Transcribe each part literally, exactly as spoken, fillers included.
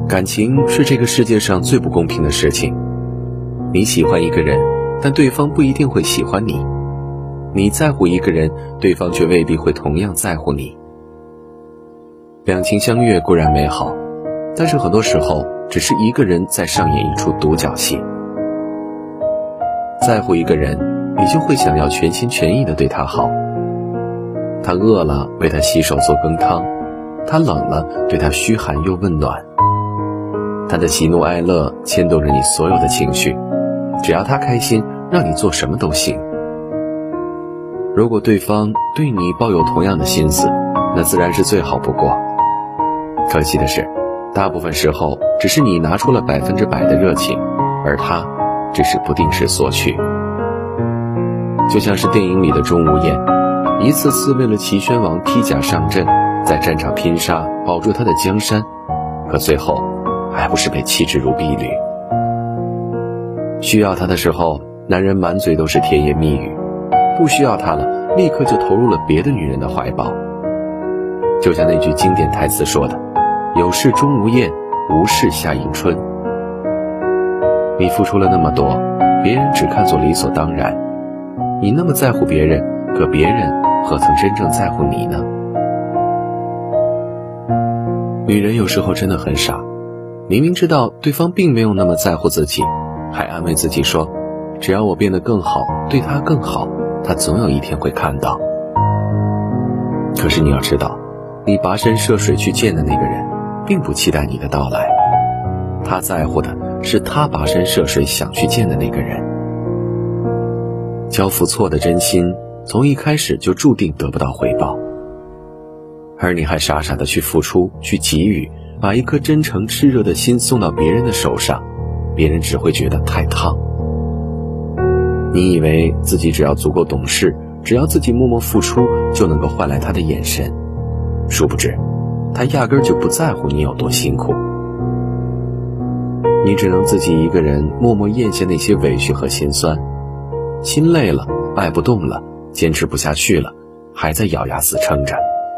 感情是这个世界上最不公平的事情。你喜欢一个人，但对方不一定会喜欢你；你在乎一个人，对方却未必会同样在乎你。两情相悦固然美好，但是很多时候只是一个人在上演一出独角戏。在乎一个人，你就会想要全心全意地对他好。他饿了，为他洗手做羹汤；他冷了，对他嘘寒又问暖。他的喜怒哀乐牵动着你所有的情绪，只要他开心，让你做什么都行。如果对方对你抱有同样的心思，那自然是最好不过。可惜的是，大部分时候只是你拿出了百分之百的热情，而他只是不定时索取。就像是电影里的钟无艳，一次次为了齐宣王披甲上阵，在战场拼杀，保住他的江山，可最后还不是被弃之如敝履。需要他的时候，男人满嘴都是甜言蜜语；不需要他了，立刻就投入了别的女人的怀抱。就像那句经典台词说的，有事钟无艳，无事夏迎春。你付出了那么多，别人只看作理所当然。你那么在乎别人，可别人何曾真正在乎你呢？女人有时候真的很傻，明明知道对方并没有那么在乎自己，还安慰自己说，只要我变得更好，对他更好，他总有一天会看到。可是你要知道，你跋山涉水去见的那个人，并不期待你的到来，他在乎的是他跋山涉水想去见的那个人。交付错的真心，从一开始就注定得不到回报，而你还傻傻的去付出，去给予，把一颗真诚炽热的心送到别人的手上，别人只会觉得太烫。你以为自己只要足够懂事，只要自己默默付出，就能够换来他的眼神，殊不知他压根儿就不在乎你有多辛苦。你只能自己一个人默默咽下那些委屈和心酸，心累了，爱不动了，坚持不下去了，还在咬牙死撑着。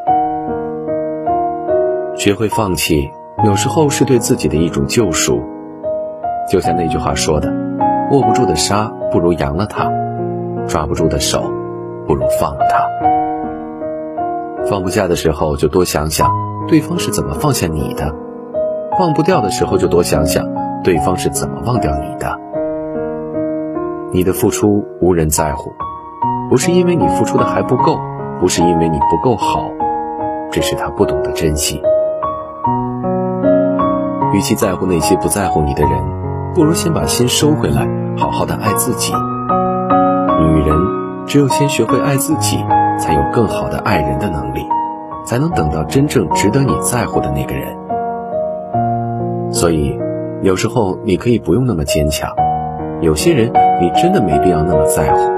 学会放弃，有时候是对自己的一种救赎。就像那句话说的，握不住的沙不如扬了它，抓不住的手不如放了它。放不下的时候就多想想对方是怎么放下你的，忘不掉的时候就多想想对方是怎么忘掉你的。你的付出无人在乎，不是因为你付出的还不够，不是因为你不够好，只是他不懂得珍惜。与其在乎那些不在乎你的人，不如先把心收回来，好好的爱自己。女人只有先学会爱自己，才有更好的爱人的能力，才能等到真正值得你在乎的那个人。所以有时候你可以不用那么坚强，有些人你真的没必要那么在乎。